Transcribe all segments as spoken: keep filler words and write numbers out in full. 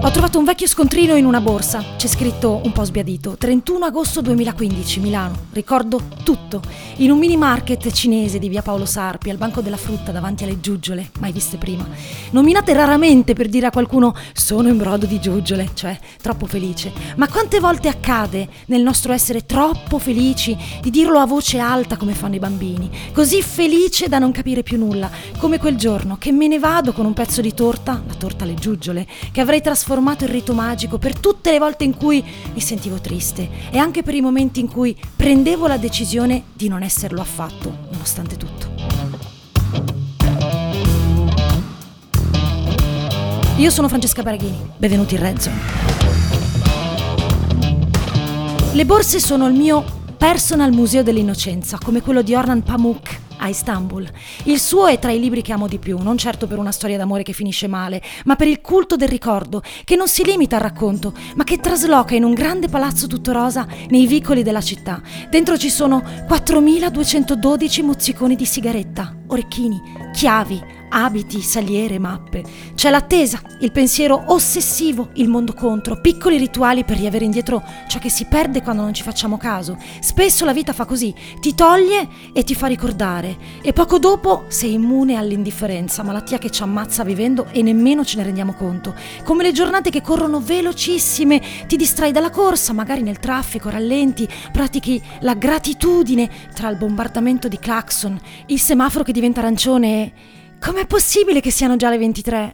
Ho trovato un vecchio scontrino in una borsa, c'è scritto un po' sbiadito, trentuno agosto duemilaquindici, Milano, ricordo tutto, in un mini market cinese di via Paolo Sarpi, al banco della frutta davanti alle giuggiole, mai viste prima, nominate raramente per dire a qualcuno sono in brodo di giuggiole, cioè troppo felice, ma quante volte accade nel nostro essere troppo felici di dirlo a voce alta come fanno i bambini, così felice da non capire più nulla, come quel giorno che me ne vado con un pezzo di torta, la torta alle giuggiole, che avrei trasformato formato il rito magico per tutte le volte in cui mi sentivo triste e anche per i momenti in cui prendevo la decisione di non esserlo affatto, nonostante tutto. Io sono Francesca Baraghini, benvenuti in Red Zone. Le borse sono il mio personal museo dell'innocenza, come quello di Orhan Pamuk a Istanbul. Il suo è tra i libri che amo di più, non certo per una storia d'amore che finisce male, ma per il culto del ricordo, che non si limita al racconto, ma che trasloca in un grande palazzo tutto rosa nei vicoli della città. Dentro ci sono quattromiladuecentododici mozziconi di sigaretta, orecchini, chiavi, abiti, saliere, mappe. C'è l'attesa, il pensiero ossessivo, il mondo contro, piccoli rituali per riavere indietro ciò che si perde quando non ci facciamo caso. Spesso la vita fa così, ti toglie e ti fa ricordare e poco dopo sei immune all'indifferenza, malattia che ci ammazza vivendo e nemmeno ce ne rendiamo conto. Come le giornate che corrono velocissime, ti distrai dalla corsa, magari nel traffico, rallenti, pratichi la gratitudine tra il bombardamento di clacson, il semaforo che diventa arancione e... com'è possibile che siano già le ventitré?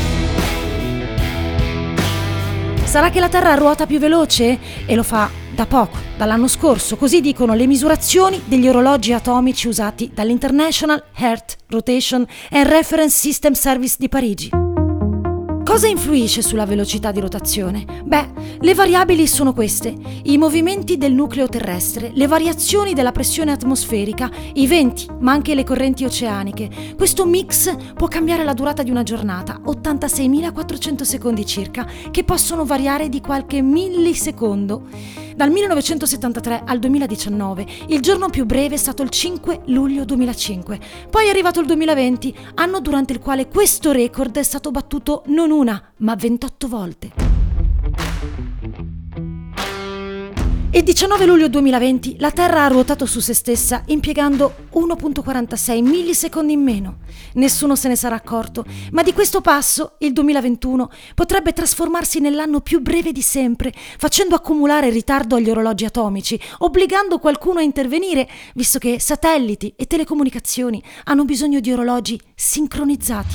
Sarà che la Terra ruota più veloce? E lo fa da poco, dall'anno scorso, così dicono le misurazioni degli orologi atomici usati dall'International Earth Rotation and Reference System Service di Parigi. Cosa influisce sulla velocità di rotazione? Beh, le variabili sono queste: i movimenti del nucleo terrestre, le variazioni della pressione atmosferica, i venti, ma anche le correnti oceaniche. Questo mix può cambiare la durata di una giornata, ottantaseimilaquattrocento secondi circa, che possono variare di qualche millisecondo. Dal millenovecentosettantatré al duemiladiciannove il giorno più breve è stato il cinque luglio duemilacinque. Poi è arrivato il duemilaventi, anno durante il quale questo record è stato battuto non una, ma ventotto volte. Il diciannove luglio duemilaventi la Terra ha ruotato su se stessa impiegando uno virgola quarantasei millisecondi in meno. Nessuno se ne sarà accorto, ma di questo passo il duemilaventuno potrebbe trasformarsi nell'anno più breve di sempre, facendo accumulare ritardo agli orologi atomici, obbligando qualcuno a intervenire, visto che satelliti e telecomunicazioni hanno bisogno di orologi sincronizzati.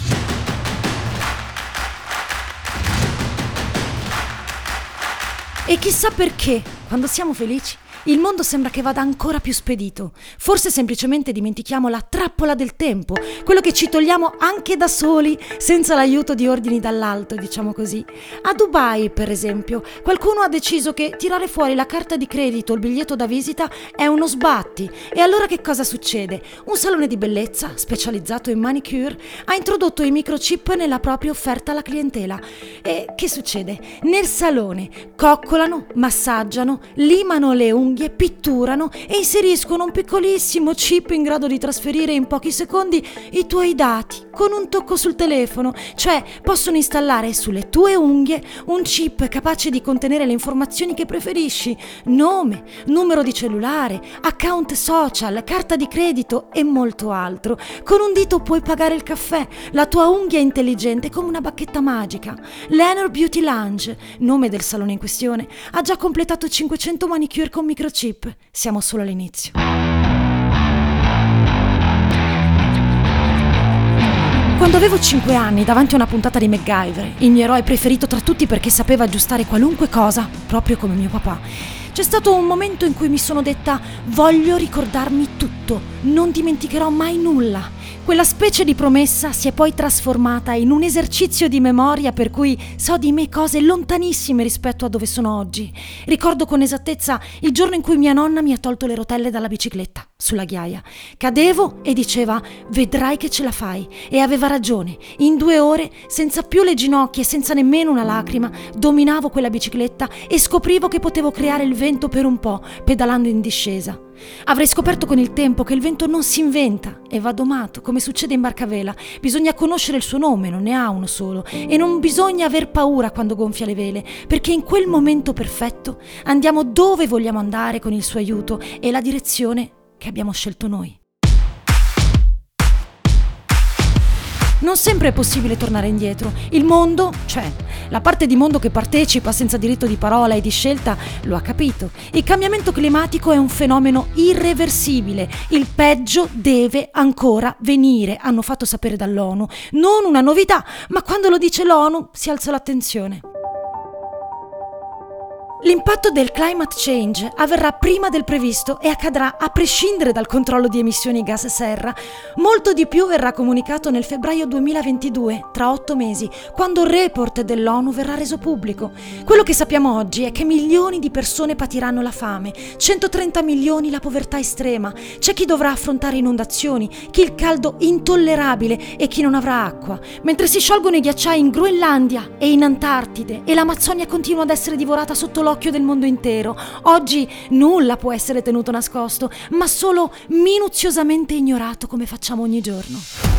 E chissà perché, quando siamo felici, il mondo sembra che vada ancora più spedito. Forse semplicemente dimentichiamo la trappola del tempo, quello che ci togliamo anche da soli, senza l'aiuto di ordini dall'alto, diciamo così. A Dubai, per esempio, qualcuno ha deciso che tirare fuori la carta di credito o il biglietto da visita è uno sbatti. E allora che cosa succede? Un salone di bellezza, specializzato in manicure, ha introdotto i microchip nella propria offerta alla clientela. E che succede? Nel salone coccolano, massaggiano, limano le unghie, pitturano e inseriscono un piccolissimo chip in grado di trasferire in pochi secondi i tuoi dati con un tocco sul telefono, cioè possono installare sulle tue unghie un chip capace di contenere le informazioni che preferisci: nome, numero di cellulare, account social, carta di credito e molto altro. Con un dito puoi pagare il caffè, la tua unghia è intelligente come una bacchetta magica. Lenor Beauty Lounge, nome del salone in questione, ha già completato cinquecento manicure con microchip. Siamo solo all'inizio. Quando avevo cinque anni, davanti a una puntata di MacGyver, il mio eroe preferito tra tutti perché sapeva aggiustare qualunque cosa, proprio come mio papà, c'è stato un momento in cui mi sono detta: voglio ricordarmi tutto, non dimenticherò mai nulla. Quella specie di promessa si è poi trasformata in un esercizio di memoria per cui so di me cose lontanissime rispetto a dove sono oggi. Ricordo con esattezza il giorno in cui mia nonna mi ha tolto le rotelle dalla bicicletta, sulla ghiaia. Cadevo e diceva: vedrai che ce la fai. E aveva ragione. In due ore, senza più le ginocchia e senza nemmeno una lacrima, dominavo quella bicicletta e scoprivo che potevo creare il vento per un po', pedalando in discesa. Avrei scoperto con il tempo che il vento non si inventa e va domato, come succede in barcavela. Bisogna conoscere il suo nome, non ne ha uno solo, e non bisogna aver paura quando gonfia le vele, perché in quel momento perfetto andiamo dove vogliamo andare con il suo aiuto e la direzione che abbiamo scelto noi. Non sempre è possibile tornare indietro. Il mondo, cioè la parte di mondo che partecipa senza diritto di parola e di scelta, lo ha capito. Il cambiamento climatico è un fenomeno irreversibile. Il peggio deve ancora venire, hanno fatto sapere dall'ONU. Non una novità, ma quando lo dice l'ONU si alza l'attenzione. L'impatto del climate change avverrà prima del previsto e accadrà a prescindere dal controllo di emissioni gas serra. Molto di più verrà comunicato nel febbraio duemilaventidue, tra otto mesi, quando il report dell'ONU verrà reso pubblico. Quello che sappiamo oggi è che milioni di persone patiranno la fame, centotrenta milioni la povertà estrema, c'è chi dovrà affrontare inondazioni, chi il caldo intollerabile e chi non avrà acqua. Mentre si sciolgono i ghiacciai in Groenlandia e in Antartide e l'Amazzonia continua ad essere divorata sotto l'occhio del mondo intero. Oggi nulla può essere tenuto nascosto, ma solo minuziosamente ignorato come facciamo ogni giorno.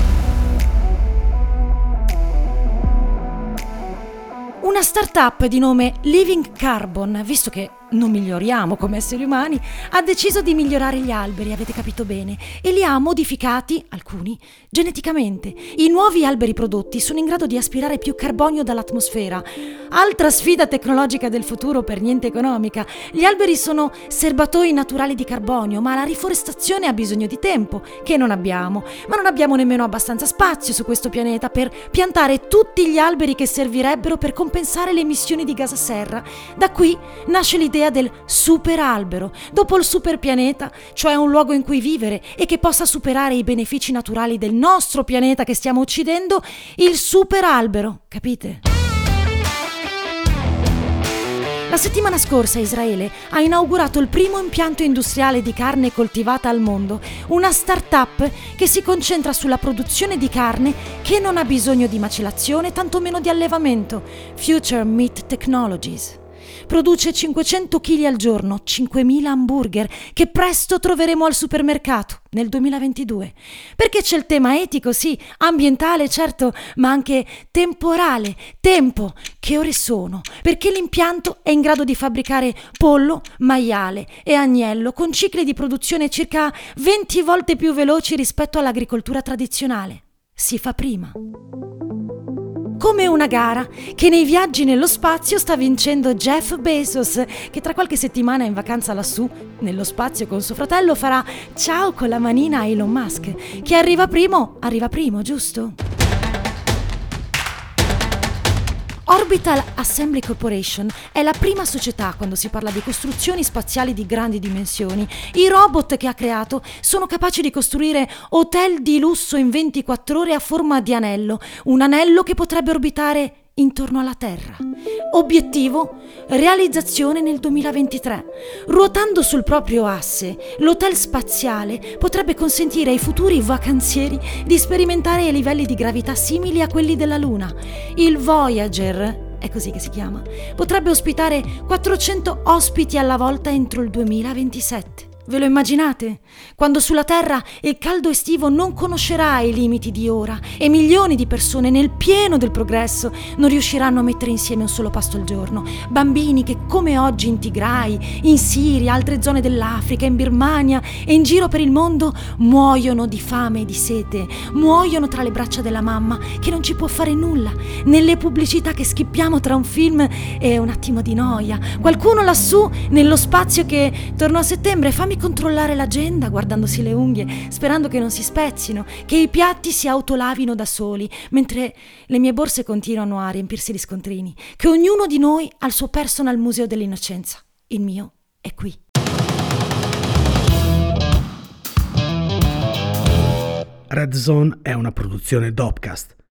Una startup di nome Living Carbon, visto che non miglioriamo come esseri umani, ha deciso di migliorare gli alberi, avete capito bene, e li ha modificati, alcuni, geneticamente. I nuovi alberi prodotti sono in grado di aspirare più carbonio dall'atmosfera. Altra sfida tecnologica del futuro, per niente economica. Gli alberi sono serbatoi naturali di carbonio, ma la riforestazione ha bisogno di tempo, che non abbiamo. Ma non abbiamo nemmeno abbastanza spazio su questo pianeta per piantare tutti gli alberi che servirebbero per compensare le emissioni di gas serra. Da qui nasce l'idea del superalbero, dopo il superpianeta, cioè un luogo in cui vivere e che possa superare i benefici naturali del nostro pianeta che stiamo uccidendo, il superalbero, capite? La settimana scorsa Israele ha inaugurato il primo impianto industriale di carne coltivata al mondo, una start-up che si concentra sulla produzione di carne che non ha bisogno di macellazione, tantomeno di allevamento. Future Meat Technologies. Produce cinquecento chili al giorno, cinquemila hamburger, che presto troveremo al supermercato nel duemilaventidue. Perché c'è il tema etico, sì, ambientale, certo, ma anche temporale. Tempo, che ore sono? Perché l'impianto è in grado di fabbricare pollo, maiale e agnello con cicli di produzione circa venti volte più veloci rispetto all'agricoltura tradizionale. Si fa prima. Come una gara che nei viaggi nello spazio sta vincendo Jeff Bezos, che tra qualche settimana in vacanza lassù, nello spazio con suo fratello, farà ciao con la manina a Elon Musk. Chi arriva primo, arriva primo, giusto? Orbital Assembly Corporation è la prima società quando si parla di costruzioni spaziali di grandi dimensioni. I robot che ha creato sono capaci di costruire hotel di lusso in ventiquattro ore a forma di anello, un anello che potrebbe orbitare intorno alla Terra. Obiettivo? Realizzazione nel duemilaventitré. Ruotando sul proprio asse, l'hotel spaziale potrebbe consentire ai futuri vacanzieri di sperimentare livelli di gravità simili a quelli della Luna. Il Voyager, è così che si chiama, potrebbe ospitare quattrocento ospiti alla volta entro il duemilaventisette. Ve lo immaginate? Quando sulla Terra il caldo estivo non conoscerà i limiti di ora e milioni di persone nel pieno del progresso non riusciranno a mettere insieme un solo pasto al giorno. Bambini che come oggi in Tigray, in Siria, altre zone dell'Africa, in Birmania e in giro per il mondo muoiono di fame e di sete, muoiono tra le braccia della mamma che non ci può fare nulla, nelle pubblicità che schippiamo tra un film e un attimo di noia, qualcuno lassù nello spazio che torno a settembre fammi controllare l'agenda guardandosi le unghie, sperando che non si spezzino, che i piatti si autolavino da soli, mentre le mie borse continuano a riempirsi di scontrini, che ognuno di noi ha il suo personal museo dell'innocenza. Il mio è qui. Red Zone è una produzione Dopcast.